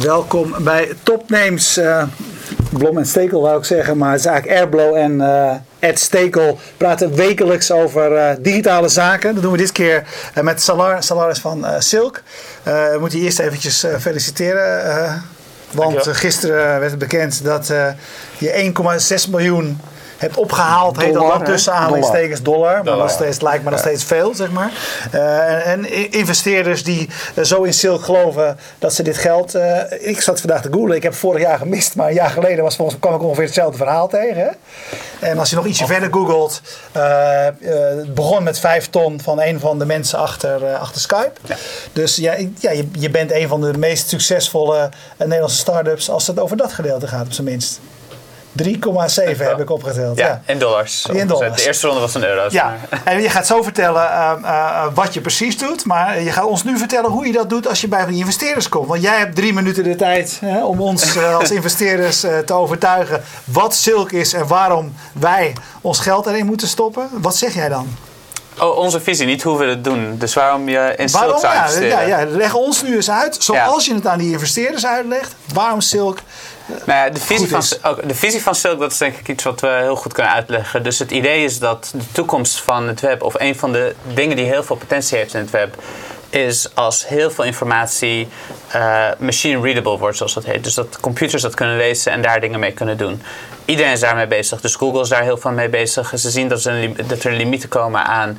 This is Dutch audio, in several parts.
Welkom bij Topnames. Blom en Stekel wou ik zeggen, maar het is eigenlijk Airblom en Ed Stekel praten wekelijks over digitale zaken. Dat doen we dit keer met Salar. Salar is van Silk. We moeten je eerst eventjes feliciteren. Want gisteren werd het bekend dat je 1,6 miljoen hebt opgehaald, heet dat dan tussen aanhalingstekens dollar. Maar nog steeds, lijkt me nog steeds veel, zeg maar. En investeerders die zo in Silk geloven dat ze dit geld... ik zat vandaag te googlen, ik heb vorig jaar gemist, maar een jaar geleden kwam ik ongeveer hetzelfde verhaal tegen. Hè? En als je nog ietsje verder googelt, het begon met 5 ton van een van de mensen achter Skype. Ja. Dus je bent een van de meest succesvolle Nederlandse start-ups als het over dat gedeelte gaat, op zijn minst. 3,7 heb ik opgeteld. Ja, in dollars. De eerste ronde was in euro's. Ja, en je gaat zo vertellen wat je precies doet. Maar je gaat ons nu vertellen hoe je dat doet als je bij die investeerders komt. Want jij hebt 3 minuten de tijd om ons als investeerders te overtuigen wat Silk is en waarom wij ons geld erin moeten stoppen. Wat zeg jij dan? Oh, onze visie, niet hoe we het doen. Dus waarom je in Silk zou investeren. Ja, leg ons nu eens uit. Zoals je het aan die investeerders uitlegt. Waarom Silk... Nou ja, de visie van Silk, dat is denk ik iets wat we heel goed kunnen uitleggen. Dus het idee is dat de toekomst van het web, of een van de dingen die heel veel potentie heeft in het web, is als heel veel informatie machine readable wordt, zoals dat heet. Dus dat computers dat kunnen lezen en daar dingen mee kunnen doen. Iedereen is daarmee bezig. Dus Google is daar heel veel mee bezig. En ze zien dat er limieten komen aan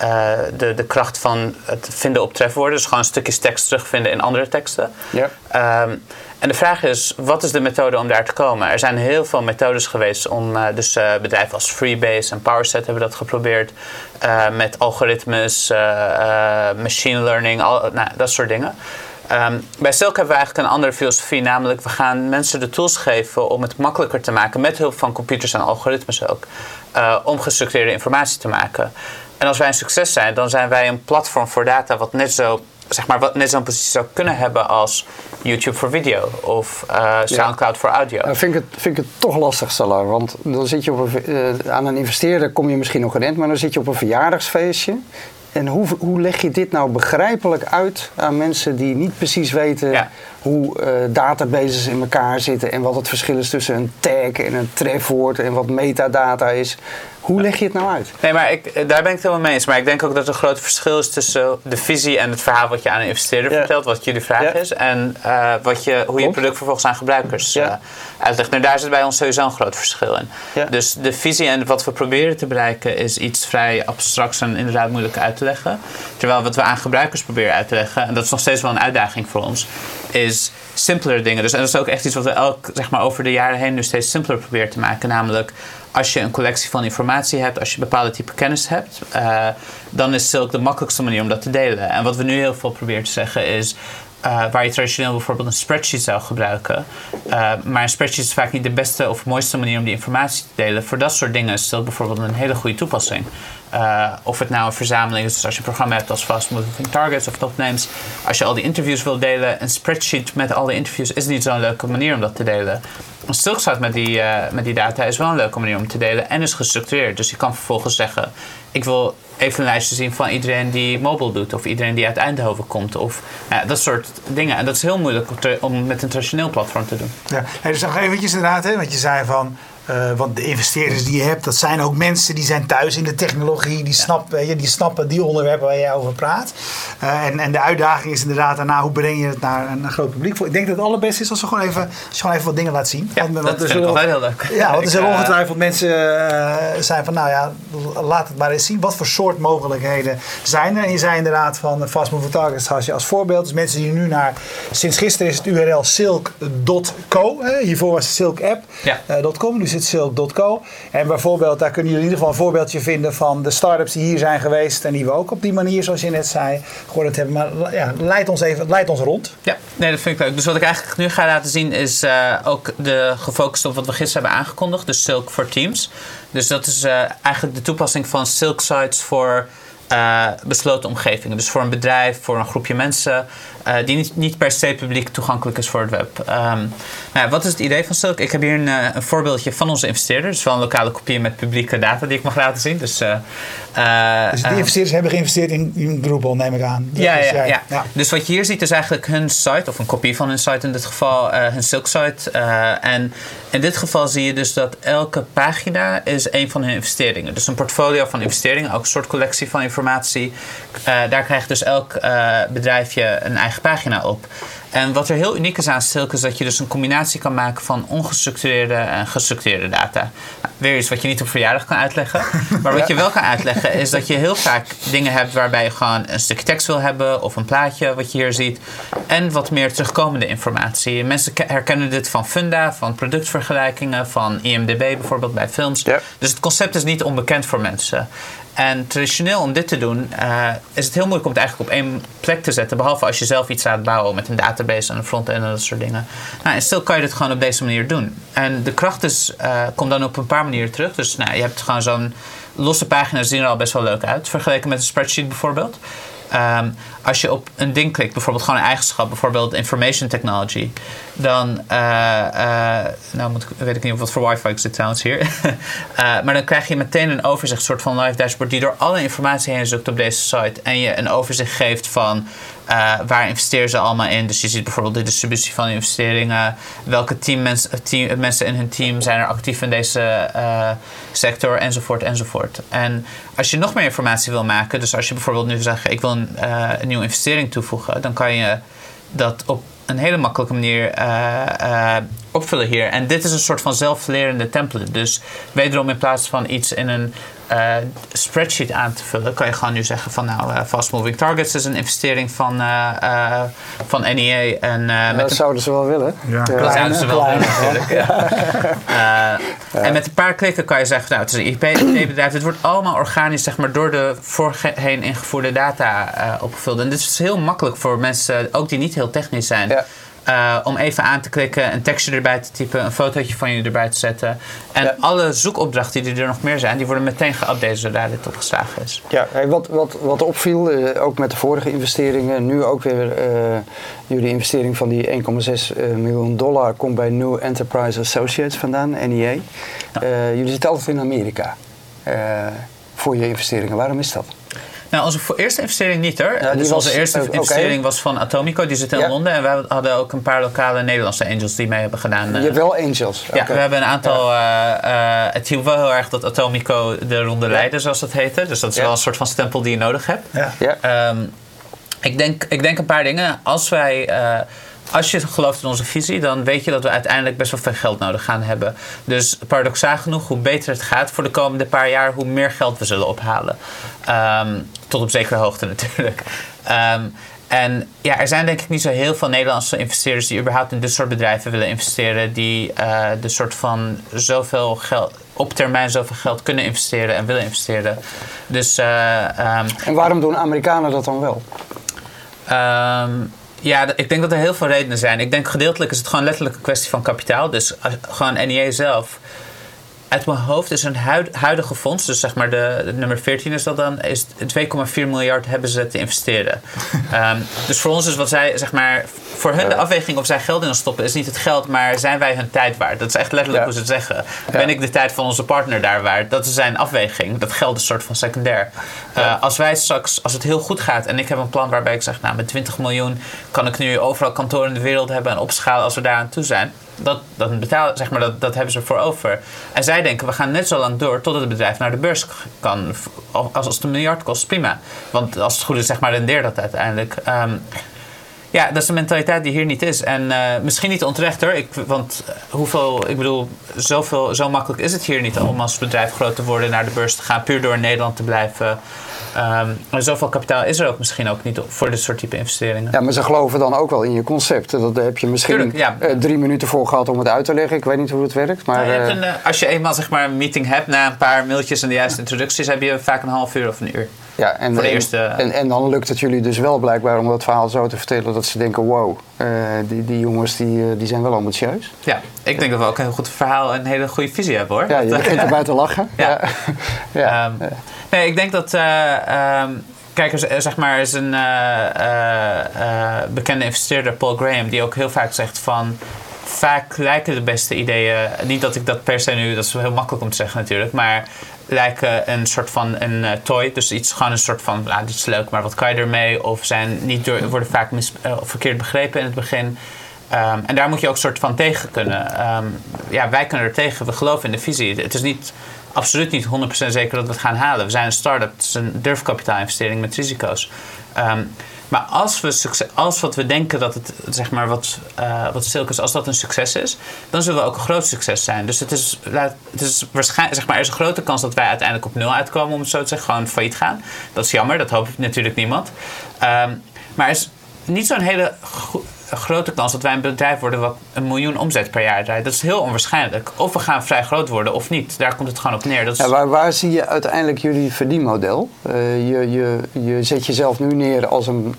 de kracht van het vinden op trefwoorden. Dus gewoon stukjes tekst terugvinden in andere teksten. Ja. En de vraag is, wat is de methode om daar te komen? Er zijn heel veel methodes geweest om... bedrijven als Freebase en PowerSet hebben dat geprobeerd. Met algoritmes, machine learning, dat soort dingen. Bij Silk hebben we eigenlijk een andere filosofie. Namelijk, we gaan mensen de tools geven om het makkelijker te maken. Met hulp van computers en algoritmes ook. Om gestructureerde informatie te maken. En als wij een succes zijn, dan zijn wij een platform voor data wat net zo'n positie zou kunnen hebben als YouTube voor video of Soundcloud voor audio. Vind ik het toch lastig, Salar. Want dan zit je aan een investeerder kom je misschien nog gewend, maar dan zit je op een verjaardagsfeestje. En hoe leg je dit nou begrijpelijk uit aan mensen die niet precies weten hoe databases in elkaar zitten en wat het verschil is tussen een tag en een trefwoord en wat metadata is? Hoe leg je het nou uit? Nee, maar daar ben ik het helemaal mee eens. Maar ik denk ook dat er een groot verschil is tussen de visie en het verhaal wat je aan een investeerder vertelt, wat jullie vraag is, en hoe je product vervolgens aan gebruikers uitlegt. Nou, daar zit bij ons sowieso een groot verschil in. Ja. Dus de visie en wat we proberen te bereiken is iets vrij abstracts en inderdaad moeilijk uit te leggen. Terwijl wat we aan gebruikers proberen uit te leggen, en dat is nog steeds wel een uitdaging voor ons, is simpelere dingen. Dus, en dat is ook echt iets wat we over de jaren heen nu steeds simpeler proberen te maken. Namelijk, als je een collectie van informatie hebt, als je bepaalde type kennis hebt, dan is Silk de makkelijkste manier om dat te delen. En wat we nu heel veel proberen te zeggen is, waar je traditioneel bijvoorbeeld een spreadsheet zou gebruiken. Maar een spreadsheet is vaak niet de beste of mooiste manier om die informatie te delen. Voor dat soort dingen is Silk bijvoorbeeld een hele goede toepassing. Of het nou een verzameling is, dus als je een programma hebt als Fast Moving Targets of Topnames. Als je al die interviews wil delen, een spreadsheet met alle interviews is niet zo'n leuke manier om dat te delen. Een Silk met die data is wel een leuke manier om te delen en is gestructureerd. Dus je kan vervolgens zeggen, ik wil even een lijstje zien van iedereen die mobile doet of iedereen die uit Eindhoven komt of dat soort dingen. En dat is heel moeilijk om met een traditioneel platform te doen. Ja, dus nog eventjes inderdaad, want je zei van, want de investeerders die je hebt, dat zijn ook mensen die zijn thuis in de technologie, die snappen die onderwerpen waar jij over praat. En de uitdaging is inderdaad daarna, hoe breng je het naar een groot publiek? Ik denk dat het allerbeste is als je gewoon even wat dingen laat zien. Ja, dat vind ik wel heel leuk. Ja, want er zullen ongetwijfeld mensen zijn van, laat het maar eens zien. Wat voor soort mogelijkheden zijn er? En je zei inderdaad van Fast Moving Targets als voorbeeld. Dus mensen die nu sinds gisteren is het URL silk.co. Hiervoor was het silkapp.com. Dus silk.co. En bijvoorbeeld, daar kunnen jullie in ieder geval een voorbeeldje vinden van de start-ups die hier zijn geweest en die we ook op die manier, zoals je net zei, gehoord hebben. Maar leid ons rond. Ja, nee, dat vind ik leuk. Dus wat ik eigenlijk nu ga laten zien is ook gefocust op wat we gisteren hebben aangekondigd. Dus Silk for Teams. Dus dat is eigenlijk de toepassing van Silk Sites voor besloten omgevingen. Dus voor een bedrijf, voor een groepje mensen. die niet per se publiek toegankelijk is voor het web. Wat is het idee van Silk? Ik heb hier een voorbeeldje van onze investeerders. Dus wel een lokale kopie met publieke data die ik mag laten zien. Dus die investeerders hebben geïnvesteerd in Drupal, neem ik aan. Ja. Dus wat je hier ziet is eigenlijk hun site, of een kopie van hun site in dit geval, hun Silk site. En in dit geval zie je dus dat elke pagina is een van hun investeringen. Dus een portfolio van investeringen, ook een soort collectie van informatie. Daar krijgt dus elk bedrijfje een eigen pagina op. En wat er heel uniek is aan Silk is dat je dus een combinatie kan maken van ongestructureerde en gestructureerde data. Weer iets wat je niet op verjaardag kan uitleggen. Maar wat je wel kan uitleggen is dat je heel vaak dingen hebt waarbij je gewoon een stukje tekst wil hebben of een plaatje wat je hier ziet. En wat meer terugkomende informatie. Mensen herkennen dit van Funda, van productvergelijkingen, van IMDb bijvoorbeeld bij films. Ja. Dus het concept is niet onbekend voor mensen. En traditioneel om dit te doen is het heel moeilijk om het eigenlijk op één plek te zetten. Behalve als je zelf iets gaat bouwen met een database en een frontend en dat soort dingen. En stil kan je dit gewoon op deze manier doen. En de kracht komt dan op een paar manieren terug. Dus je hebt gewoon zo'n losse pagina's zien er al best wel leuk uit. Vergeleken met een spreadsheet bijvoorbeeld. Als je op een ding klikt, bijvoorbeeld gewoon een eigenschap, bijvoorbeeld information technology, dan, weet ik niet wat voor wifi ik zit trouwens hier, maar dan krijg je meteen een overzicht, een soort van live dashboard, die door alle informatie heen zoekt op deze site en je een overzicht geeft van waar investeren ze allemaal in. Dus je ziet bijvoorbeeld de distributie van investeringen, welke mensen in hun team zijn er actief in deze sector, enzovoort. En als je nog meer informatie wil maken, dus als je bijvoorbeeld nu zegt, ik wil een nieuwe investering toevoegen, dan kan je dat op een hele makkelijke manier opvullen hier. En dit is een soort van zelflerende template. Dus wederom in plaats van iets in een spreadsheet aan te vullen, kan je gewoon nu zeggen van Fast Moving Targets is een investering van NEA. En, dat zouden ze wel willen. Ja. Dat zouden ze wel willen natuurlijk. Ja. En met een paar klikken kan je zeggen, het is een IP-bedrijf. Dit wordt allemaal organisch door de voorheen ingevoerde data opgevuld. En dit is heel makkelijk voor mensen, ook die niet heel technisch zijn. Ja. Om even aan te klikken, een tekstje erbij te typen, een fotootje van je erbij te zetten. En alle zoekopdrachten die er nog meer zijn, die worden meteen geüpdate zodra dit opgeslagen is. Ja, wat opviel, ook met de vorige investeringen, nu ook weer jullie investering van die $1,6 miljoen komt bij New Enterprise Associates vandaan, NEA. Jullie zitten altijd in Amerika voor je investeringen. Waarom is dat? Onze eerste investering niet hoor. Ja, dus onze eerste investering was van Atomico, die zit in Londen. En we hadden ook een paar lokale Nederlandse angels die mee hebben gedaan. Je hebt wel angels? Ja, we hebben een aantal. Het hielp wel heel erg dat Atomico de ronde leidde, zoals dat heette. Dus dat is wel een soort van stempel die je nodig hebt. Ja. Ik denk een paar dingen. Als je gelooft in onze visie, dan weet je dat we uiteindelijk best wel veel geld nodig gaan hebben. Dus paradoxaal genoeg, hoe beter het gaat voor de komende paar jaar, hoe meer geld we zullen ophalen. Tot op zekere hoogte natuurlijk. En er zijn denk ik niet zo heel veel Nederlandse investeerders die überhaupt in dit soort bedrijven willen investeren, die de soort van zoveel geld, op termijn zoveel geld kunnen investeren en willen investeren. Dus, en waarom doen Amerikanen dat dan wel? Ik denk dat er heel veel redenen zijn. Ik denk gedeeltelijk is het gewoon letterlijk een kwestie van kapitaal. Dus gewoon NEA zelf. Uit mijn hoofd is een huidige fonds, dus zeg maar de nummer 14 is dat dan, is 2,4 miljard hebben ze te investeren. Dus voor ons is wat zij, zeg maar, voor hun de afweging of zij geld in ons stoppen is niet het geld, maar zijn wij hun tijd waard? Dat is echt letterlijk hoe ze het zeggen. Ben ik de tijd van onze partner daar waard? Dat is zijn afweging. Dat geld is een soort van secundair. Als wij straks, als het heel goed gaat en ik heb een plan waarbij ik zeg, met 20 miljoen kan ik nu overal kantoren in de wereld hebben en opschalen als we daar aan toe zijn. Dat betalen, zeg maar, dat hebben ze voor over. En zij denken, we gaan net zo lang door totdat het bedrijf naar de beurs kan. Als het een miljard kost, prima. Want als het goed is, zeg maar, rendeert dat uiteindelijk. Dat is de mentaliteit die hier niet is. En misschien niet onterecht hoor. Zo makkelijk is het hier niet om als bedrijf groot te worden, naar de beurs te gaan, puur door in Nederland te blijven. Zoveel kapitaal is er ook misschien ook niet voor dit soort type investeringen. Ja, maar ze geloven dan ook wel in je concept. Dat heb je misschien 3 minuten voor gehad om het uit te leggen. Ik weet niet hoe het werkt. Maar, als je eenmaal zeg maar een meeting hebt, na een paar mailtjes en de juiste introducties, heb je vaak een half uur of een uur. Ja, en dan lukt het jullie dus wel blijkbaar om dat verhaal zo te vertellen dat ze denken, wow, die jongens die zijn wel ambitieus. Ja, ik denk dat we ook een heel goed verhaal en een hele goede visie hebben hoor. Ja, je begint erbij te lachen. Nee, ik denk dat... kijk, er is een bekende investeerder, Paul Graham, die ook heel vaak zegt van... Vaak lijken de beste ideeën... Niet dat ik dat per se nu... Dat is heel makkelijk om te zeggen natuurlijk. Maar lijken een soort van een toy. Dus iets gewoon een soort van... dit is leuk, maar wat kan je ermee? Of worden vaak verkeerd begrepen in het begin. En daar moet je ook een soort van tegen kunnen. Wij kunnen er tegen. We geloven in de visie. Het is absoluut niet 100% zeker dat we het gaan halen. We zijn een start-up. Het is een durfkapitaalinvestering met risico's. Maar als wat we denken dat het, zeg maar, wat Silk is, als dat een succes is, dan zullen we ook een groot succes zijn. Dus het is waarschijnlijk, zeg maar, er is een grote kans dat wij uiteindelijk op 0 uitkomen, om het zo te zeggen, gewoon failliet gaan. Dat is jammer, dat hoopt natuurlijk niemand. Maar er is niet zo'n hele grote kans dat wij een bedrijf worden wat 1 miljoen omzet per jaar draait. Dat is heel onwaarschijnlijk. Of we gaan vrij groot worden of niet. Daar komt het gewoon op neer. Dat is... Waar zie je uiteindelijk jullie verdienmodel? Je zet jezelf nu neer als een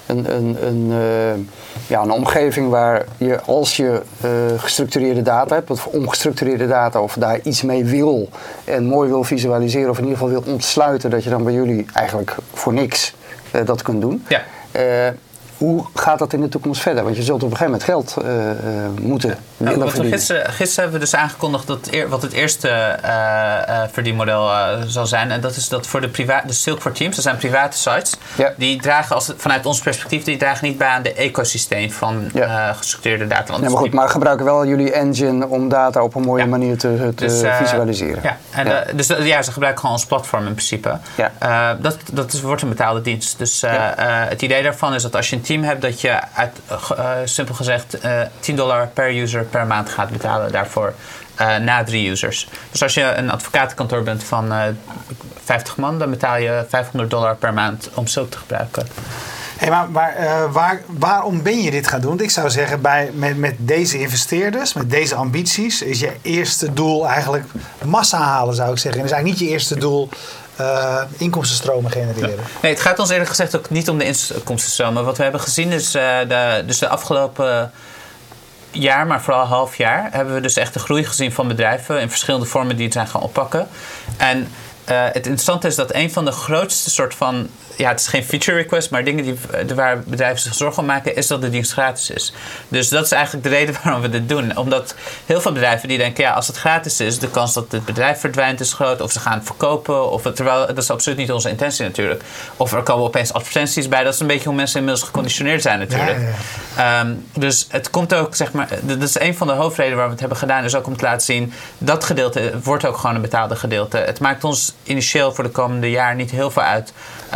omgeving waar je, als je gestructureerde data hebt, of ongestructureerde data, of daar iets mee wil en mooi wil visualiseren, of in ieder geval wil ontsluiten, dat je dan bij jullie eigenlijk voor niks dat kunt doen. Ja. Hoe gaat dat in de toekomst verder? Want je zult op een gegeven moment geld moeten verdienen. Gisteren hebben we dus aangekondigd wat het eerste verdienmodel zal zijn. En dat is dat voor de Silk for Teams, dat zijn private sites. Ja. Die dragen, vanuit ons perspectief, die dragen niet bij aan de ecosysteem van gestructureerde data. Nee, maar goed, maar gebruiken wel jullie engine om data op een mooie manier te visualiseren. Ze gebruiken gewoon ons platform in principe. Ja. Dat wordt een betaalde dienst. Dus het idee daarvan is dat als je een team hebt, dat je simpel gezegd $10 per user per maand gaat betalen daarvoor na 3 users. Dus als je een advocatenkantoor bent van 50 man, dan betaal je $500 per maand om Silk te gebruiken. Hey, maar waarom ben je dit gaan doen? Want ik zou zeggen, met deze investeerders, met deze ambities, is je eerste doel eigenlijk massa halen, zou ik zeggen. En is eigenlijk niet je eerste doel inkomstenstromen genereren. Nee, het gaat ons eerlijk gezegd ook niet om de inkomstenstromen. Wat we hebben gezien is de afgelopen jaar, maar vooral half jaar, hebben we dus echt de groei gezien van bedrijven in verschillende vormen die het zijn gaan oppakken. En het interessante is dat een van de grootste soort van, het is geen feature request, maar dingen waar bedrijven zich zorgen om maken, is dat de dienst gratis is. Dus dat is eigenlijk de reden waarom we dit doen. Omdat heel veel bedrijven die denken, als het gratis is, de kans dat het bedrijf verdwijnt is groot, of ze gaan het verkopen, terwijl dat is absoluut niet onze intentie natuurlijk. Of er komen opeens advertenties bij. Dat is een beetje hoe mensen inmiddels geconditioneerd zijn natuurlijk. Ja. Dus het komt ook, zeg maar, dat is een van de hoofdredenen waarom we het hebben gedaan, is ook om te laten zien, dat gedeelte wordt ook gewoon een betaalde gedeelte. Het maakt ons initieel voor de komende jaar niet heel veel uit.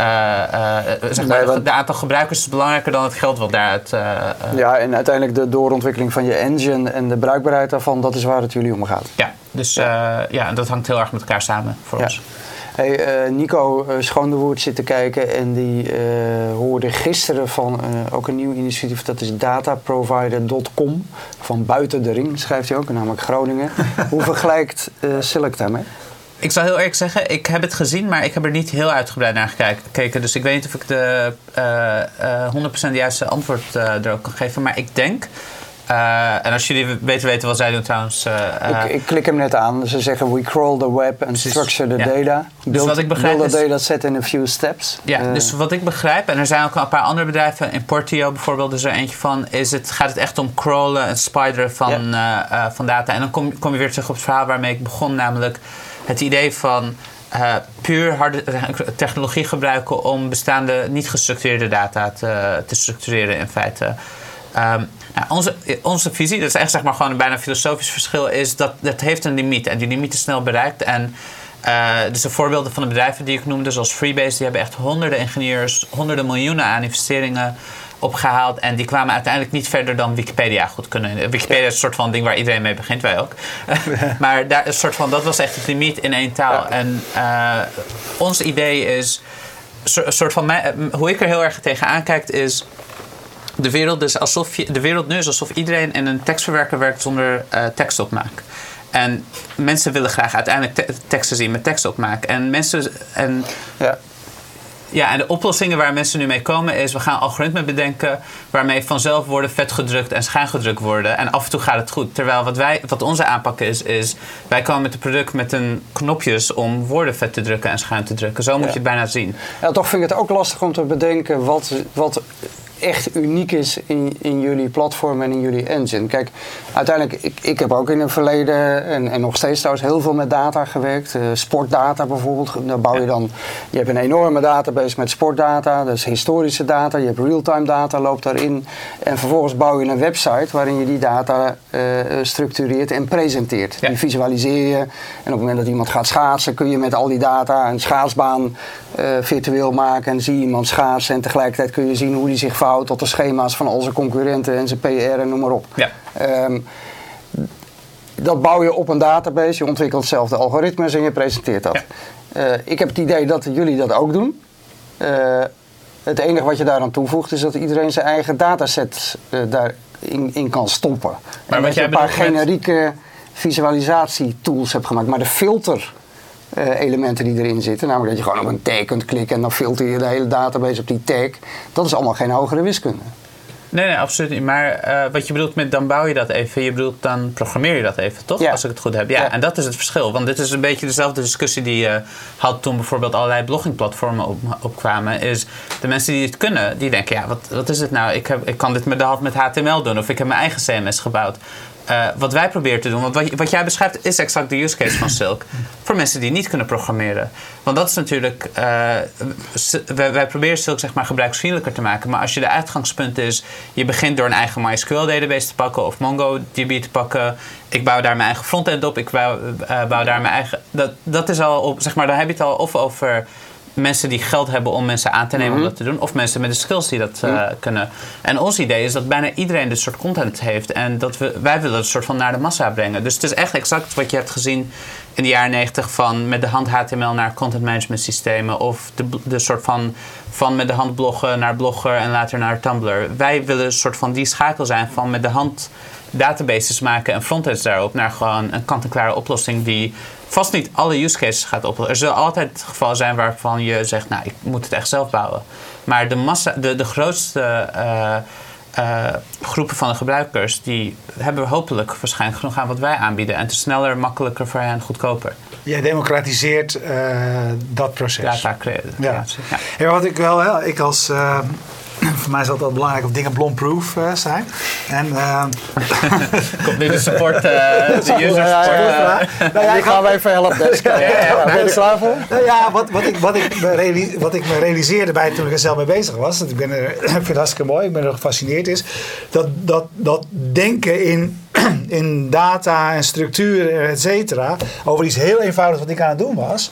De aantal gebruikers is belangrijker dan het geld wat daaruit... en uiteindelijk de doorontwikkeling van je engine en de bruikbaarheid daarvan, dat is waar het jullie om gaat. Ja, dus dat hangt heel erg met elkaar samen voor ons. Hey, Nico Schoondewoerd zit te kijken en die hoorde gisteren van ook een nieuw initiatief, dat is dataprovider.com. Van buiten de ring schrijft hij ook, namelijk Groningen. Hoe vergelijkt Silk daarmee? Ik zal heel eerlijk zeggen, ik heb het gezien, maar ik heb er niet heel uitgebreid naar gekeken. Dus ik weet niet of ik de 100% juiste antwoord er ook kan geven. Maar ik denk, en als jullie beter weten wat zij doen trouwens... Ik klik hem net aan. Ze zeggen, we crawl the web and structure the data. Build the data set in a few steps. Ja, dus wat ik begrijp, en er zijn ook een paar andere bedrijven, in Portio bijvoorbeeld is er eentje van, gaat het echt om crawlen en spideren van data. En dan kom je weer terug op het verhaal waarmee ik begon, namelijk het idee van puur harde technologie gebruiken om bestaande niet gestructureerde data te structureren in feite. Onze visie, dat is echt zeg maar gewoon een bijna filosofisch verschil, is dat heeft een limiet en die limiet is snel bereikt. En dus de voorbeelden van de bedrijven die ik noemde, zoals Freebase, die hebben echt honderden ingenieurs, honderden miljoenen aan investeringen opgehaald. En die kwamen uiteindelijk niet verder dan Wikipedia goed kunnen. Wikipedia is een soort van ding waar iedereen mee begint, wij ook. Maar daar, dat was echt het limiet in één taal. Ja. En ons idee is, hoe ik er heel erg tegenaan kijk, is de wereld nu is alsof iedereen in een tekstverwerker werkt zonder tekstopmaak. En mensen willen graag uiteindelijk teksten zien met tekstopmaak. En mensen... Ja, en de oplossingen waar mensen nu mee komen is... we gaan algoritmen bedenken waarmee vanzelf woorden vet gedrukt en schuin gedrukt worden. En af en toe gaat het goed. Terwijl wat onze aanpak is... wij komen met een product met een knopjes om woorden vet te drukken en schuin te drukken. Zo moet je het bijna zien. Ja, toch vind ik het ook lastig om te bedenken wat echt uniek is in jullie platform en in jullie engine. Kijk, uiteindelijk, ik heb ook in het verleden en nog steeds trouwens heel veel met data gewerkt. Sportdata bijvoorbeeld, daar bouw je dan... Je hebt een enorme database met sportdata, dat is historische data. Je hebt real-time data, loopt daarin. En vervolgens bouw je een website waarin je die data structureert en presenteert. Ja. Die visualiseer je. En op het moment dat iemand gaat schaatsen, kun je met al die data een schaatsbaan virtueel maken. En zie je iemand schaatsen en tegelijkertijd kun je zien hoe die zich verhoudt tot de schema's van al zijn concurrenten en zijn PR en noem maar op. Ja. Dat bouw je op een database, je ontwikkelt zelf de algoritmes en je presenteert dat. Ja. Ik heb het idee dat jullie dat ook doen. Het enige wat je daaraan toevoegt is dat iedereen zijn eigen dataset daarin kan stoppen. Maar en dat je een paar generieke visualisatietools hebt gemaakt. Maar de filter elementen die erin zitten, namelijk dat je gewoon op een tag kunt klikken en dan filter je de hele database op die tag. Dat is allemaal geen hogere wiskunde. Nee, absoluut niet. Maar wat je bedoelt met dan bouw je dat even, je bedoelt dan programmeer je dat even, toch? Ja. Als ik het goed heb. Ja, en dat is het verschil. Want dit is een beetje dezelfde discussie die je had toen bijvoorbeeld allerlei bloggingplatformen opkwamen. Is de mensen die het kunnen, die denken, ja, wat is het nou? Ik kan dit met de hand met HTML doen of ik heb mijn eigen CMS gebouwd. Wat wij proberen te doen, want wat jij beschrijft is exact de use case van Silk. Voor mensen die niet kunnen programmeren. Want dat is natuurlijk, wij proberen Silk zeg maar gebruiksvriendelijker te maken. Maar als je de uitgangspunt is, je begint door een eigen MySQL database te pakken of MongoDB te pakken. Ik bouw daar mijn eigen frontend op, ik bouw daar mijn eigen... Dat is al op, zeg maar, dan heb je het al of over mensen die geld hebben om mensen aan te nemen om dat te doen, of mensen met de skills die dat kunnen. En ons idee is dat bijna iedereen dit soort content heeft en dat wij willen het soort van naar de massa brengen. Dus het is echt exact wat je hebt gezien in de jaren 90 van met de hand HTML naar content management systemen of de soort van met de hand bloggen naar Blogger en later naar Tumblr. Wij willen een soort van die schakel zijn van met de hand databases maken en frontends daarop naar gewoon een kant-en-klare oplossing die vast niet alle use cases gaat oplossen. Er zullen altijd gevallen zijn waarvan je zegt, nou, ik moet het echt zelf bouwen. Maar de grootste groepen van de gebruikers, die hebben hopelijk waarschijnlijk genoeg aan wat wij aanbieden. En het is sneller, makkelijker voor hen, goedkoper. Jij democratiseert dat proces. Data creëren. Ja. Ja, wat ik wel, ik als... voor mij is het altijd belangrijk of dingen blomproof zijn. En, komt nu de support, de user support. Ik ga wij even helpen. Ben je er klaar voor? Wat ik me realiseerde bij toen ik er zelf mee bezig was, dat ik vind het hartstikke mooi, ik ben er gefascineerd, is dat denken in data en structuur, et cetera, over iets heel eenvoudigs wat ik aan het doen was.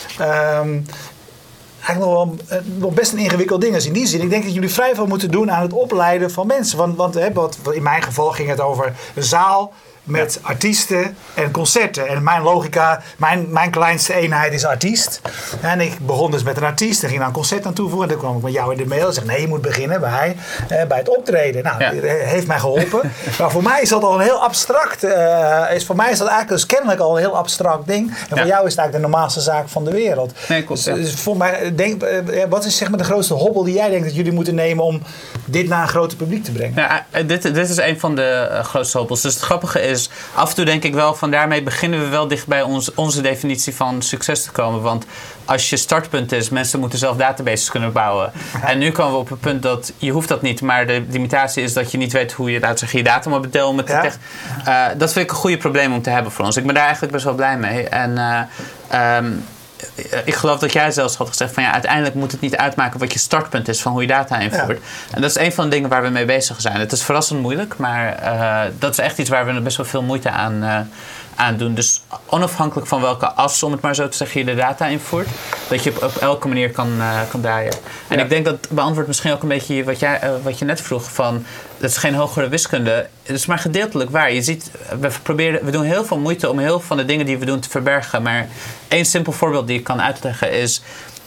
Eigenlijk nog best een ingewikkeld ding is in die zin. Ik denk dat jullie vrij veel moeten doen aan het opleiden van mensen. Want in mijn geval ging het over een zaal met artiesten en concerten. En mijn logica, mijn kleinste eenheid is artiest. En ik begon dus met een artiest en ging daar een concert aan toevoegen. En toen kwam ik met jou in de mail en zei, nee, je moet beginnen bij het optreden. Nou, dat heeft mij geholpen. Maar voor mij is dat al een heel abstract, voor mij is dat eigenlijk dus kennelijk al een heel abstract ding. En voor jou is het eigenlijk de normaalste zaak van de wereld. Nee, klopt, dus voor mij, wat is zeg maar de grootste hobbel die jij denkt dat jullie moeten nemen om dit naar een groter publiek te brengen? Ja, dit is een van de grootste hobbels. Dus het grappige is, af en toe denk ik wel van daarmee beginnen we wel dicht bij onze definitie van succes te komen. Want als je startpunt is, mensen moeten zelf databases kunnen bouwen. En nu komen we op het punt dat je hoeft dat niet, maar de limitatie is dat je niet weet hoe je je data moet bedelen met de dat vind ik een goede probleem om te hebben voor ons. Ik ben daar eigenlijk best wel blij mee. En ik geloof dat jij zelfs had gezegd van uiteindelijk moet het niet uitmaken wat je startpunt is van hoe je data invoert. Ja. En dat is een van de dingen waar we mee bezig zijn. Het is verrassend moeilijk, maar dat is echt iets waar we best wel veel moeite aan doen. Dus onafhankelijk van welke as, om het maar zo te zeggen, je de data invoert, dat je op elke manier kan draaien. En ik denk dat beantwoordt misschien ook een beetje wat je net vroeg van, dat is geen hogere wiskunde. Het is maar gedeeltelijk waar. Je ziet, we doen heel veel moeite om heel veel van de dingen die we doen te verbergen. Maar één simpel voorbeeld die ik kan uitleggen is,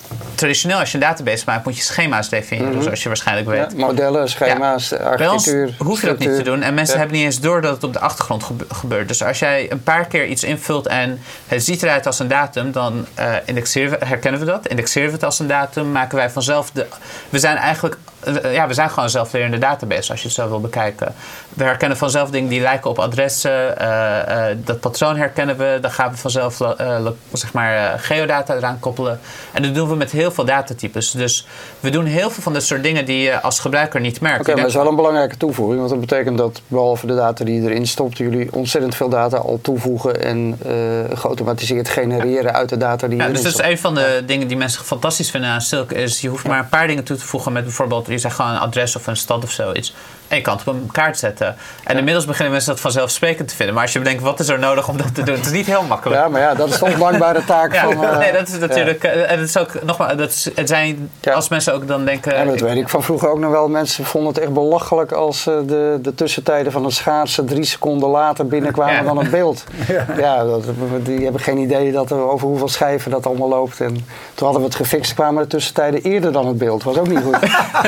traditioneel, als je een database maakt, moet je schema's definiëren, zoals je waarschijnlijk weet. Ja, modellen, schema's, architectuur. Bij ons hoef je dat niet te doen. En mensen hebben niet eens door dat het op de achtergrond gebeurt. Dus als jij een paar keer iets invult en het ziet eruit als een datum, dan herkennen we dat. Indexeren we het als een datum, maken wij vanzelf we zijn eigenlijk... we zijn gewoon een zelflerende database, als je het zo wil bekijken. We herkennen vanzelf dingen die lijken op adressen. Dat patroon herkennen we. Dan gaan we vanzelf geodata eraan koppelen. En dat doen we met heel veel datatypes. Dus we doen heel veel van dit soort dingen die je als gebruiker niet merkt. Oké, maar dat is wel een belangrijke toevoeging. Want dat betekent dat behalve de data die je erin stopt, jullie ontzettend veel data al toevoegen en geautomatiseerd genereren uit de data die je erin dus stopt. dat is een van de dingen die mensen fantastisch vinden aan Silk. Is je hoeft maar een paar dingen toe te voegen met bijvoorbeeld, je zegt gewoon een adres of een stad of zoiets. En je kan het op een kaart zetten. En inmiddels beginnen mensen dat vanzelfsprekend te vinden. Maar als je bedenkt, wat is er nodig om dat te doen? Het is niet heel makkelijk. Ja, maar dat is de ondankbare taak van... nee, dat is natuurlijk... En het is ook, nogmaals, als mensen ook dan denken... Ja, dat weet ik van vroeger ook nog wel. Mensen vonden het echt belachelijk als de tussentijden van het schaatsen 3 seconden later binnenkwamen dan het beeld. Die hebben geen idee over hoeveel schijven dat allemaal loopt. En toen hadden we het gefixt, kwamen de tussentijden eerder dan het beeld. Was ook niet goed.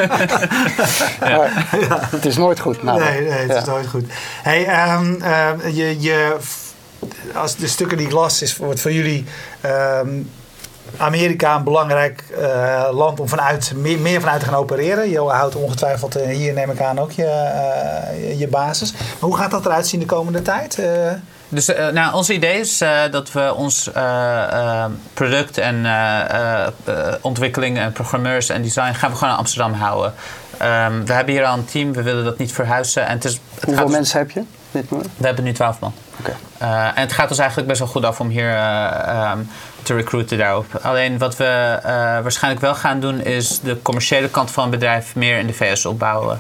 Maar, het is nooit goed. Nee, het is nooit goed. Hey, als de stukken die ik las, wordt voor jullie Amerika een belangrijk land om meer vanuit te gaan opereren. Je houdt ongetwijfeld hier, neem ik aan, ook je basis. Maar hoe gaat dat eruit zien de komende tijd? Dus ons idee is dat we ons product en ontwikkeling en programmeurs en design gaan we gewoon in Amsterdam houden. We hebben hier al een team, we willen dat niet verhuizen. En hoeveel mensen heb je? We hebben nu 12 man. Okay. En het gaat ons eigenlijk best wel goed af om hier te recruiten daarop. Alleen wat we waarschijnlijk wel gaan doen is de commerciële kant van het bedrijf meer in de VS opbouwen.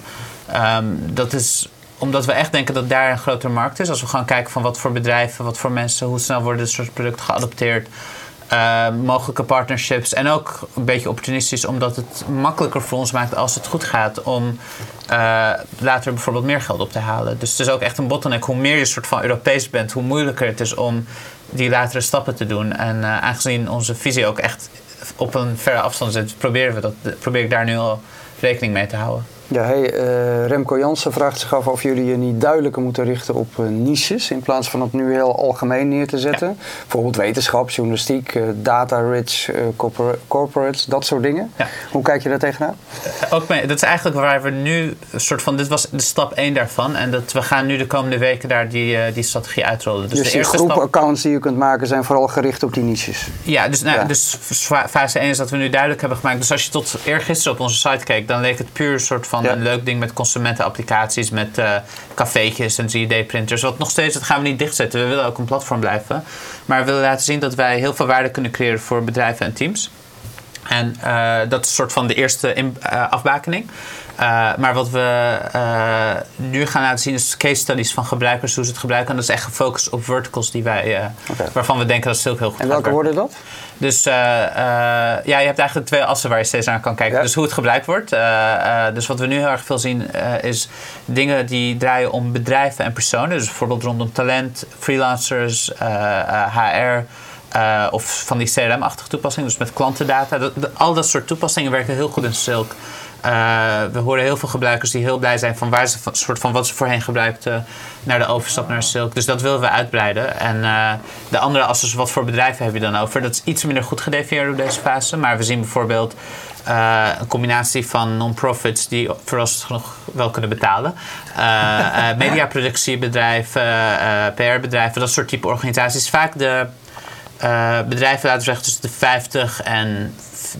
Dat is omdat we echt denken dat daar een grotere markt is. Als we gewoon kijken van wat voor bedrijven, wat voor mensen, hoe snel worden dit soort producten geadopteerd. Mogelijke partnerships en ook een beetje opportunistisch, omdat het makkelijker voor ons maakt als het goed gaat om later bijvoorbeeld meer geld op te halen. Dus het is ook echt een bottleneck. Hoe meer je soort van Europees bent, hoe moeilijker het is om die latere stappen te doen. En aangezien onze visie ook echt op een verre afstand zit, probeer ik daar nu al rekening mee te houden. Ja, Remco Jansen vraagt zich af of jullie je niet duidelijker moeten richten op niches in plaats van het nu heel algemeen neer te zetten. Ja. Bijvoorbeeld wetenschap, journalistiek, data-rich, corporates, dat soort dingen. Ja. Hoe kijk je daar tegenaan? Dat is eigenlijk waar we nu een soort van, dit was de stap 1 daarvan en we gaan nu de komende weken daar die strategie uitrollen. Dus de groep accounts die je kunt maken zijn vooral gericht op die niches? Ja, dus fase 1 is dat we nu duidelijk hebben gemaakt. Dus als je tot eergisteren op onze site keek, dan leek het puur een soort van een leuk ding met consumentenapplicaties, met cafeetjes en 3D-printers. Wat nog steeds, dat gaan we niet dichtzetten. We willen ook een platform blijven. Maar we willen laten zien dat wij heel veel waarde kunnen creëren voor bedrijven en teams. En dat is een soort van de eerste afbakening. Maar wat we nu gaan laten zien is case studies van gebruikers, hoe ze het gebruiken. En dat is echt gefocust op verticals die waarvan we denken dat het ook heel goed gaat. En welke worden dat? Dus je hebt eigenlijk 2 assen waar je steeds naar kan kijken. Ja. Dus hoe het gebruikt wordt. Dus wat we nu heel erg veel zien is dingen die draaien om bedrijven en personen. Dus bijvoorbeeld rondom talent, freelancers, HR... of van die CRM-achtige toepassingen, dus met klantendata. Al dat soort toepassingen werken heel goed in Silk. We horen heel veel gebruikers die heel blij zijn van waar ze soort van wat ze voorheen gebruikten naar de overstap naar Silk. Dus dat willen we uitbreiden. En de andere assen, wat voor bedrijven heb je dan over? Dat is iets minder goed gedefinieerd op deze fase. Maar we zien bijvoorbeeld een combinatie van non-profits die vooralsnog nog wel kunnen betalen. Mediaproductiebedrijven, PR-bedrijven, dat soort type organisaties. Vaak de bedrijven, laten we zeggen, tussen de 50 en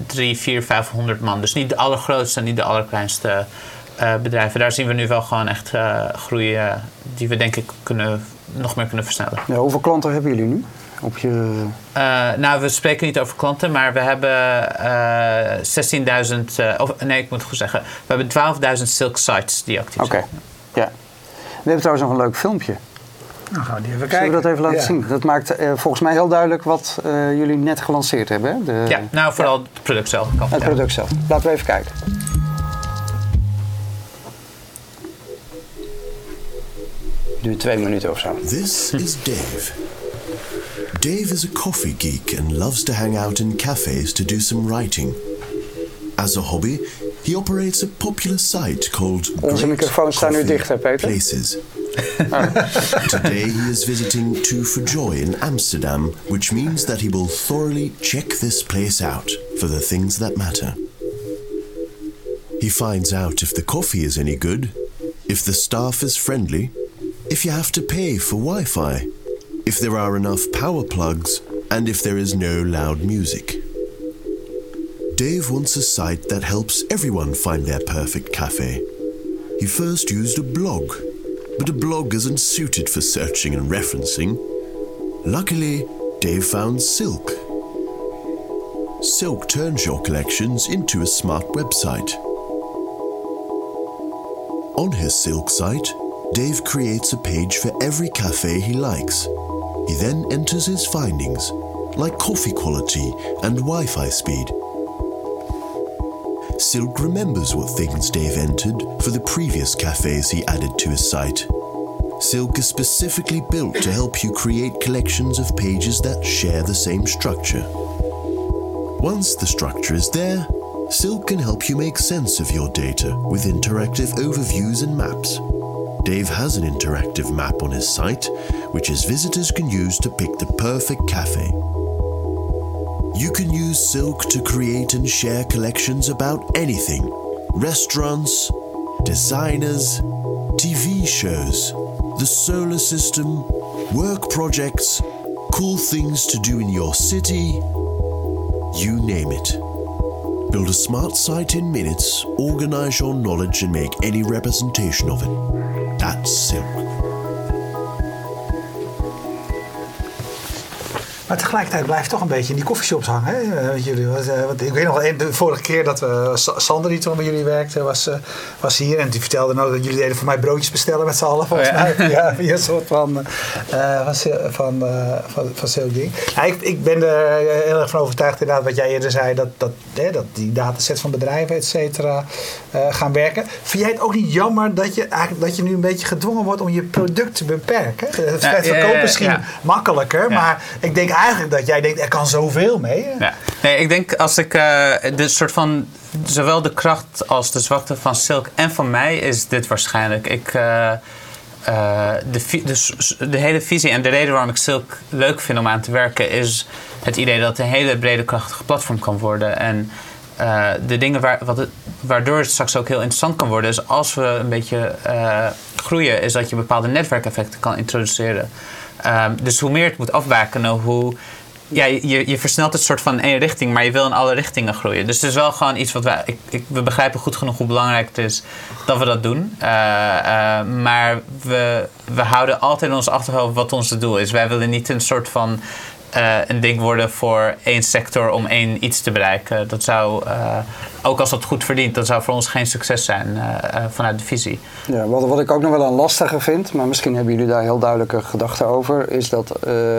500 man. Dus niet de allergrootste en niet de allerkleinste bedrijven. Daar zien we nu wel gewoon echt groei die we denk ik nog meer kunnen versnellen. Ja, hoeveel klanten hebben jullie nu? We spreken niet over klanten, maar we hebben 16.000... ik moet het goed zeggen. We hebben 12.000 Silk sites die actief zijn. Oké, ja. We hebben trouwens nog een leuk filmpje. Nou, gaan we die even kijken. Zullen we dat even laten zien? Ja. Dat maakt volgens mij heel duidelijk wat jullie net gelanceerd hebben. Hè? Vooral het product zelf. Het product zelf. Laten we even kijken. Duurt 2 minuten of zo. This is Dave. Dave is a coffee geek and loves to hang out in cafes to do some writing. As a hobby, he operates a popular site called Onze microfoons staan nu dicht, hè, Peter? Places. Today he is visiting Two for Joy in Amsterdam, which means that he will thoroughly check this place out for the things that matter. He finds out if the coffee is any good, if the staff is friendly, if you have to pay for Wi-Fi, if there are enough power plugs, and if there is no loud music. Dave wants a site that helps everyone find their perfect cafe. He first used a blog, but a blog isn't suited for searching and referencing. Luckily, Dave found Silk. Silk turns your collections into a smart website. On his Silk site, Dave creates a page for every cafe he likes. He then enters his findings, like coffee quality and Wi-Fi speed. Silk remembers what things Dave entered for the previous cafes he added to his site. Silk is specifically built to help you create collections of pages that share the same structure. Once the structure is there, Silk can help you make sense of your data with interactive overviews and maps. Dave has an interactive map on his site, which his visitors can use to pick the perfect cafe. You can use Silk to create and share collections about anything: restaurants, designers, TV shows, the solar system, work projects, cool things to do in your city, you name it. Build a smart site in minutes, organize your knowledge and make any representation of it. That's Silk. Maar tegelijkertijd blijft toch een beetje in die coffeeshops hangen. Hè? Jullie, want ik weet nog wel, de vorige keer dat Sander, die toen bij jullie werkte, was hier. En die vertelde nou dat jullie deden voor mij broodjes bestellen met z'n allen. Volgens mij. Ja, via een soort van Silk ding. Ja, ik ben er heel erg van overtuigd inderdaad wat jij eerder zei. Dat die datasets van bedrijven, et cetera, gaan werken. Vind jij het ook niet jammer dat je nu een beetje gedwongen wordt om je product te beperken? Het verkopen misschien makkelijker. Ja. Maar ik denk eigenlijk dat jij denkt, er kan zoveel mee. Ja. Nee, ik denk als ik de soort van zowel de kracht als de zwakte van Silk en van mij is dit waarschijnlijk. De hele visie en de reden waarom ik Silk leuk vind om aan te werken is het idee dat het een hele brede krachtige platform kan worden. En de dingen waardoor het straks ook heel interessant kan worden is als we een beetje groeien, is dat je bepaalde netwerkeffecten kan introduceren. Dus hoe meer het moet afbakenen, hoe... Ja, je versnelt het soort van in één richting, maar je wil in alle richtingen groeien. Dus het is wel gewoon iets wat we begrijpen goed genoeg hoe belangrijk het is dat we dat doen. Maar we houden altijd in ons achterhoofd wat ons doel is. Wij willen niet een soort van een ding worden voor één sector om één iets te bereiken. Dat zou, ook als dat goed verdient, dat zou voor ons geen succes zijn vanuit de visie. Ja, wat ik ook nog wel een lastige vind, maar misschien hebben jullie daar heel duidelijke gedachten over, is dat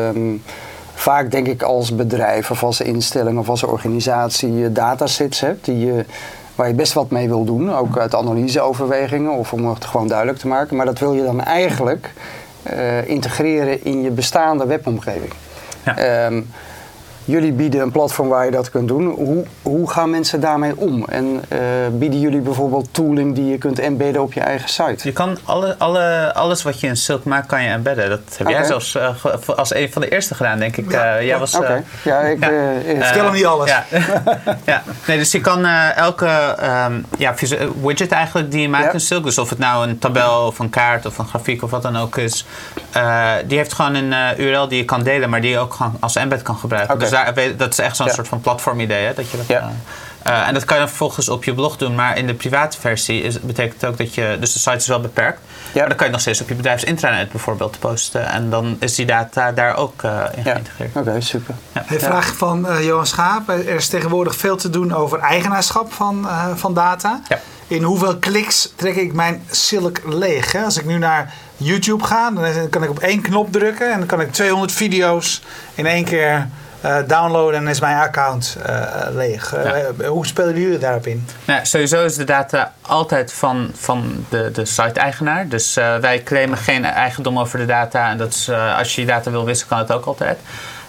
vaak denk ik als bedrijf of als instelling of als organisatie je datasets hebt waar je best wat mee wil doen. Ook uit analyseoverwegingen of om het gewoon duidelijk te maken. Maar dat wil je dan eigenlijk integreren in je bestaande webomgeving. Ja. Jullie bieden een platform waar je dat kunt doen. Hoe gaan mensen daarmee om? En bieden jullie bijvoorbeeld tooling die je kunt embedden op je eigen site? Je kan alles wat je in Silk maakt, kan je embedden. Dat heb jij zelfs als een van de eerste gedaan, denk ik. Jij was... Vertel hem niet alles. Ja. Ja. Nee, dus je kan elke widget eigenlijk die je maakt in Silk. Dus of het nou een tabel of een kaart of een grafiek of wat dan ook is. Die heeft gewoon een URL die je kan delen, maar die je ook gewoon als embed kan gebruiken. Okay. Dus dat is echt zo'n soort van platformidee. Hè, dat je dat, en dat kan je dan vervolgens op je blog doen. Maar in de private versie betekent ook dat je... Dus de site is wel beperkt. Ja. Maar dan kan je nog steeds op je bedrijfsintranet bijvoorbeeld posten. En dan is die data daar ook in geïntegreerd. Oké, super. Ja. Een vraag van Johan Schaap. Er is tegenwoordig veel te doen over eigenaarschap van data. Ja. In hoeveel kliks trek ik mijn Silk leeg? Hè? Als ik nu naar YouTube ga, dan kan ik op één knop drukken. En dan kan ik 200 video's in één keer downloaden en is mijn account leeg. Ja. Hoe spelen jullie daarop in? Nou, sowieso is de data altijd van de site-eigenaar. Dus wij claimen geen eigendom over de data. En dat is, als je die data wil wisselen, kan het ook altijd.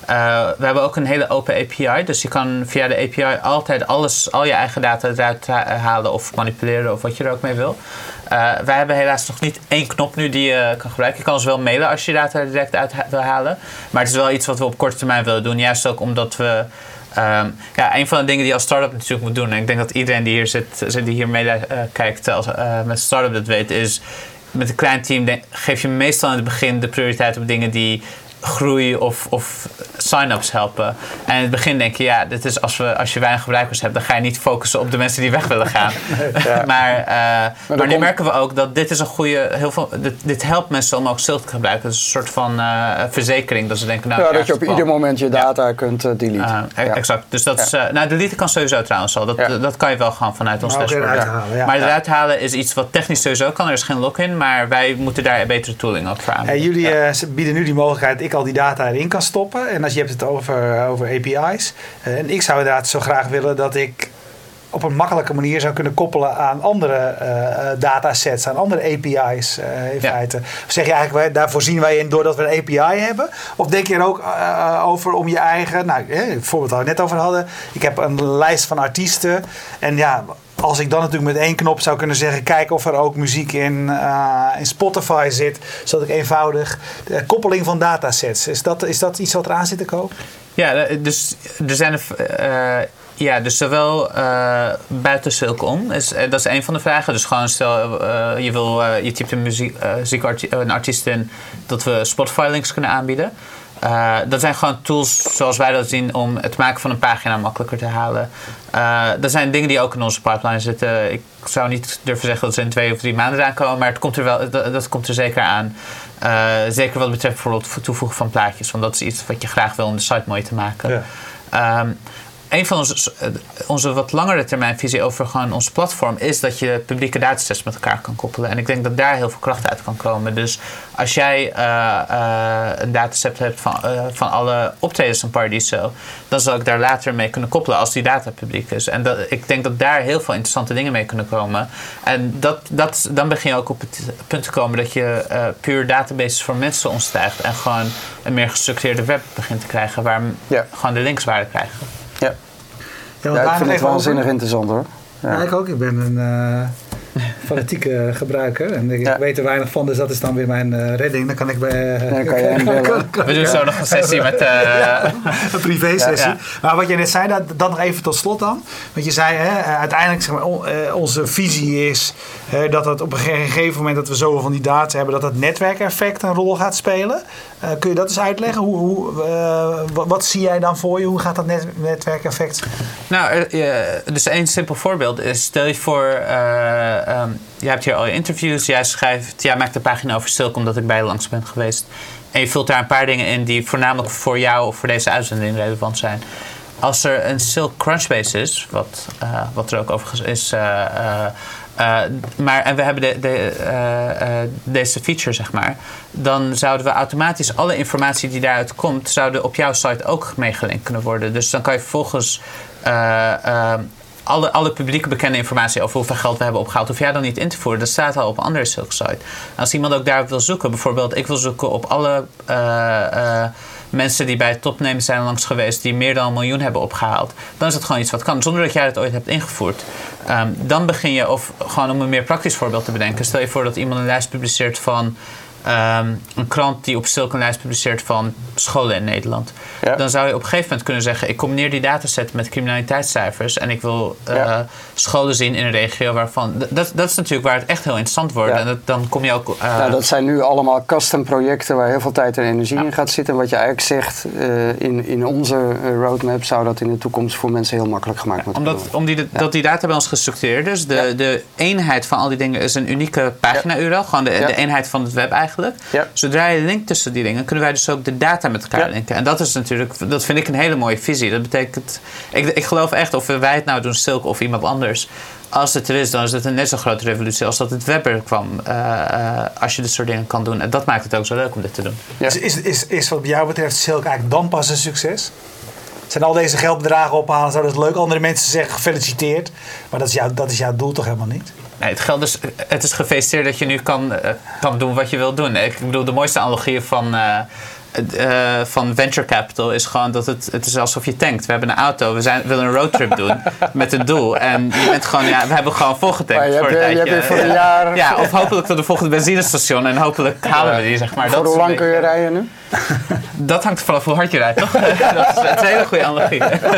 We hebben ook een hele open API. Dus je kan via de API altijd al je eigen data eruit halen of manipuleren of wat je er ook mee wil. Wij hebben helaas nog niet één knop nu die je kan gebruiken. Je kan ons wel mailen als je data er direct uit wil halen. Maar het is wel iets wat we op korte termijn willen doen. Juist ook omdat we... een van de dingen die je als start-up natuurlijk moet doen... en ik denk dat iedereen die hier zit die hier meekijkt met start-up dat weet... is met een klein team geef je meestal in het begin de prioriteit op dingen die... groei of sign-ups helpen. En in het begin denk je, dit is als je weinig gebruikers hebt, dan ga je niet focussen op de mensen die weg willen gaan. maar nu merken we ook dat dit is een goede, dit helpt mensen om ook Silk te gebruiken. Het is een soort van verzekering dat ze denken, dat je op ieder moment je data kunt deleten. Exact. Dus dat is, deleten kan sowieso trouwens al. Dat kan je wel gewoon vanuit ons dashboard. Maar eruit halen is iets wat technisch sowieso kan. Er is geen login, maar wij moeten daar betere tooling op voor aan. Jullie bieden nu die mogelijkheid, ik al die data erin kan stoppen. En als je hebt het over API's. En ik zou inderdaad zo graag willen dat ik op een makkelijke manier zou kunnen koppelen aan andere datasets, aan andere API's in feite. Of zeg je eigenlijk, daar voorzien wij in doordat we een API hebben? Of denk je er ook over om je eigen, bijvoorbeeld waar we het net over hadden. Ik heb een lijst van artiesten en als ik dan natuurlijk met één knop zou kunnen zeggen... kijken of er ook muziek in Spotify zit... zodat ik eenvoudig... de koppeling van datasets. Is dat iets wat eraan zit te komen? Ja, dus er zijn... dus zowel buiten Silk om. Dat is een van de vragen. Dus gewoon stel, je typt een artiest in... dat we Spotify-links kunnen aanbieden. Dat zijn gewoon tools zoals wij dat zien om het maken van een pagina makkelijker te halen. Dat zijn dingen die ook in onze pipeline zitten. Ik zou niet durven zeggen dat ze in 2 of 3 maanden eraan komen, maar het komt dat komt er zeker aan. Zeker wat betreft bijvoorbeeld het toevoegen van plaatjes, want dat is iets wat je graag wil om de site mooi te maken. Ja. Een van onze wat langere termijn visie over gewoon ons platform is dat je publieke datasets met elkaar kan koppelen. En ik denk dat daar heel veel kracht uit kan komen. Dus als jij een dataset hebt van alle optredens en parties dan zal ik daar later mee kunnen koppelen als die data publiek is. En ik denk dat daar heel veel interessante dingen mee kunnen komen. En dan begin je ook op het punt te komen dat je puur databases voor mensen ontstijgt en gewoon een meer gestructureerde web begint te krijgen waar gewoon de links waarde krijgen. Ja, ik vind het waanzinnig interessant hoor. Ja, ik ook. Ik ben een fanatieke gebruiker. En ik weet er weinig van, dus dat is dan weer mijn redding. Dan kan ik we doen zo nog een sessie met... een privé sessie. Ja. Maar wat je net zei, dat nog even tot slot dan. Want je zei, uiteindelijk zeg maar, onze visie is dat het op een gegeven moment dat we zoveel van die data hebben, dat het netwerkeffect een rol gaat spelen. Kun je dat eens uitleggen? Wat zie jij dan voor je? Hoe gaat dat netwerkeffect? Nou, dus één simpel voorbeeld is, stel je voor, je hebt hier al je interviews, jij maakt een pagina over Silk omdat ik bij je langs ben geweest. En je vult daar een paar dingen in die voornamelijk voor jou of voor deze uitzending relevant zijn. Als er een Silk Crunchbase is, wat er ook overigens is, en we hebben deze feature, zeg maar, dan zouden we automatisch alle informatie die daaruit komt, zouden op jouw site ook meegelinkt kunnen worden. Dus dan kan je vervolgens alle publieke bekende informatie over hoeveel geld we hebben opgehaald, hoef jij dan niet in te voeren. Dat staat al op een andere Silk site. En als iemand ook daarop wil zoeken, bijvoorbeeld ik wil zoeken op alle mensen die bij het topnemen zijn langs geweest, die meer dan 1 miljoen hebben opgehaald, dan is het gewoon iets wat kan, zonder dat jij het ooit hebt ingevoerd. Dan begin je, of gewoon om een meer praktisch voorbeeld te bedenken, stel je voor dat iemand een lijst publiceert van een krant die op Silk een lijst publiceert van scholen in Nederland. Ja. Dan zou je op een gegeven moment kunnen zeggen, ik combineer die dataset met criminaliteitscijfers en ik wil scholen zien in een regio waarvan... Dat is natuurlijk waar het echt heel interessant wordt. Ja. En dan kom je ook... dat zijn nu allemaal custom projecten waar heel veel tijd en energie in gaat zitten. Wat je eigenlijk zegt, in onze roadmap zou dat in de toekomst voor mensen heel makkelijk gemaakt moeten worden. Dat die data bij ons gestructureerd is. De eenheid van al die dingen is een unieke pagina-URL. Gewoon de eenheid van het web eigenlijk. Ja. Zodra je linkt tussen die dingen, kunnen wij dus ook de data met elkaar linken. En dat is natuurlijk, dat vind ik een hele mooie visie. Dat betekent, ik geloof echt, of wij het nou doen, Silk of iemand anders, als het er is, dan is het een net zo grote revolutie als dat het web er kwam. Als je dit soort dingen kan doen. En dat maakt het ook zo leuk om dit te doen. Ja. Is wat jou betreft Silk eigenlijk dan pas een succes? Zijn al deze geldbedragen ophalen, zou dat leuk? Andere mensen zeggen gefeliciteerd. Maar dat is jouw doel toch helemaal niet? Nee, het is gefeliciteerd dat je nu kan doen wat je wilt doen. Ik bedoel, de mooiste analogie van van venture capital is gewoon dat het is alsof je tankt. We hebben een auto, we willen een roadtrip doen met een doel. En je bent gewoon, we hebben gewoon volgetankt voor een tijdje. Je hebt voor een jaar... Ja, of hopelijk tot de volgende benzinestation en hopelijk halen we die, zeg maar. Voor hoe lang kun je rijden nu? Dat hangt vanaf hoe hard je rijdt, toch? Dat is een hele goede analogie.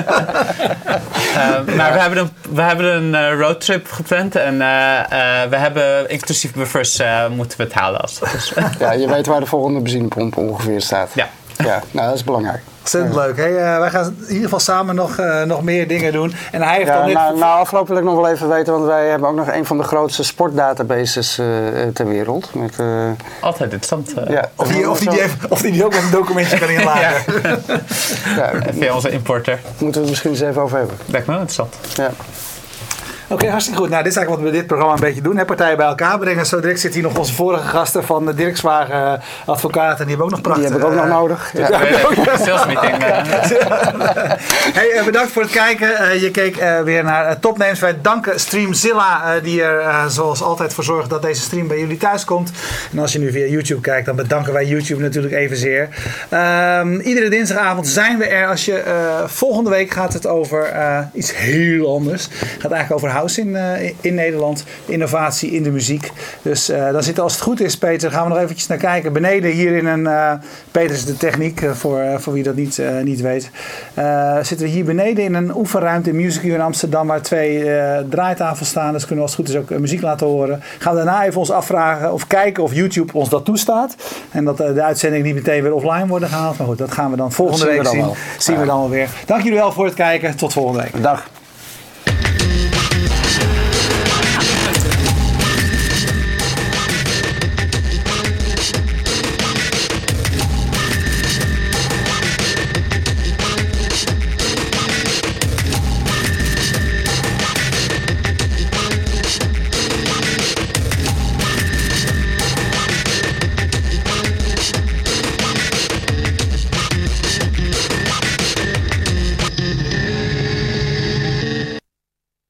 Maar we hebben een roadtrip gepland en we hebben inclusief buffers moeten we het halen als het is. Ja, je weet waar de volgende benzinepomp ongeveer staat. Ja. Ja, nou dat is belangrijk. Ontzettend leuk. Hey, wij gaan in ieder geval samen nog meer dingen doen. En hij heeft al net... afgelopen wil ik nog wel even weten, want wij hebben ook nog een van de grootste sportdatabases ter wereld. Met, altijd interessant. Ja. Of die ook nog een documentje kan inladen. Via onze importer. Moeten we het misschien eens even over hebben. Lijkt me wel interessant. Ja. Oké, hartstikke goed. Nou, dit is eigenlijk wat we dit programma een beetje doen. Hè? Partijen bij elkaar brengen. Zo direct zit hier nog onze vorige gasten van de Dirkswagen advocaten. Die hebben ook nog prachtig. Die heb ik ook nog nodig. Ja. Sales meeting. Hey, bedankt voor het kijken. Je keek weer naar Topnames. Wij danken Streamzilla die er zoals altijd voor zorgt dat deze stream bij jullie thuis komt. En als je nu via YouTube kijkt, dan bedanken wij YouTube natuurlijk evenzeer. Iedere dinsdagavond zijn we er. Volgende week gaat het over iets heel anders. Het gaat eigenlijk over house in Nederland. Innovatie in de muziek. Dus dan zitten, als het goed is, Peter, gaan we nog eventjes naar kijken. Beneden hier in een... Peter is de techniek, voor wie dat niet weet. Zitten we hier beneden in een oefenruimte in Music U in Amsterdam, waar 2 draaitafels staan. Dus kunnen we als het goed is ook muziek laten horen. Gaan we daarna even ons afvragen of kijken of YouTube ons dat toestaat. En dat de uitzendingen niet meteen weer offline worden gehaald. Maar goed, dat gaan we dan volgende week zien. Zien we dan wel weer. Dank jullie wel voor het kijken. Tot volgende week. Dag.